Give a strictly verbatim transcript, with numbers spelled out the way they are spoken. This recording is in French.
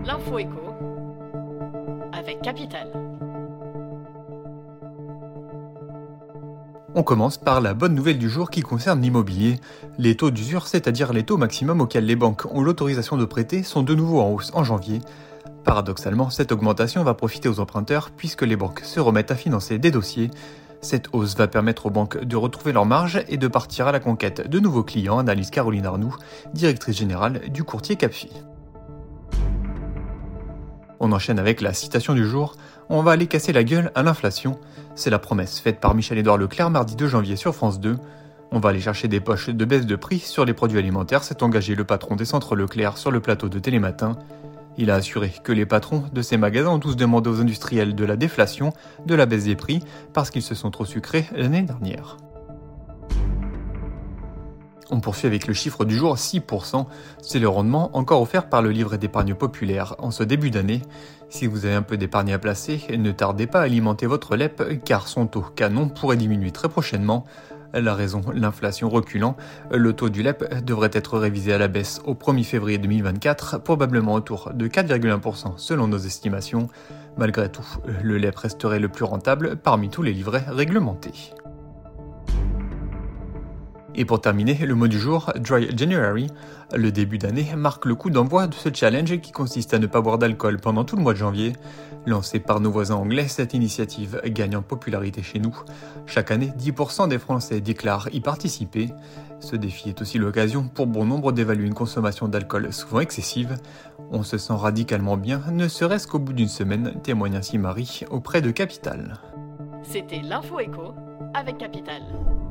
L'info éco avec Capital. On commence par la bonne nouvelle du jour qui concerne l'immobilier. Les taux d'usure, c'est-à-dire les taux maximum auxquels les banques ont l'autorisation de prêter, sont de nouveau en hausse en janvier. Paradoxalement, cette augmentation va profiter aux emprunteurs puisque les banques se remettent à financer des dossiers. Cette hausse va permettre aux banques de retrouver leur marge et de partir à la conquête de nouveaux clients, analyse Caroline Arnoux, directrice générale du courtier Capfi. On enchaîne avec la citation du jour. On va aller casser la gueule à l'inflation. C'est la promesse faite par Michel-Édouard Leclerc mardi deux janvier sur France deux. On va aller chercher des poches de baisse de prix sur les produits alimentaires, s'est engagé le patron des centres Leclerc sur le plateau de Télématin. Il a assuré que les patrons de ces magasins ont tous demandé aux industriels de la déflation, de la baisse des prix, parce qu'ils se sont trop sucrés l'année dernière. On poursuit avec le chiffre du jour, six pour cent. C'est le rendement encore offert par le livret d'épargne populaire en ce début d'année. Si vous avez un peu d'épargne à placer, ne tardez pas à alimenter votre L E P car son taux canon pourrait diminuer très prochainement. La raison, l'inflation reculant, le taux du L E P devrait être révisé à la baisse au premier février deux mille vingt-quatre, probablement autour de quatre virgule un pour cent selon nos estimations. Malgré tout, le L E P resterait le plus rentable parmi tous les livrets réglementés. Et pour terminer, le mot du jour, Dry January. Le début d'année marque le coup d'envoi de ce challenge qui consiste à ne pas boire d'alcool pendant tout le mois de janvier. Lancée par nos voisins anglais, cette initiative gagne en popularité chez nous. Chaque année, dix pour cent des Français déclarent y participer. Ce défi est aussi l'occasion pour bon nombre d'évaluer une consommation d'alcool souvent excessive. On se sent radicalement bien, ne serait-ce qu'au bout d'une semaine, témoigne ainsi Marie auprès de Capital. C'était l'info éco avec Capital.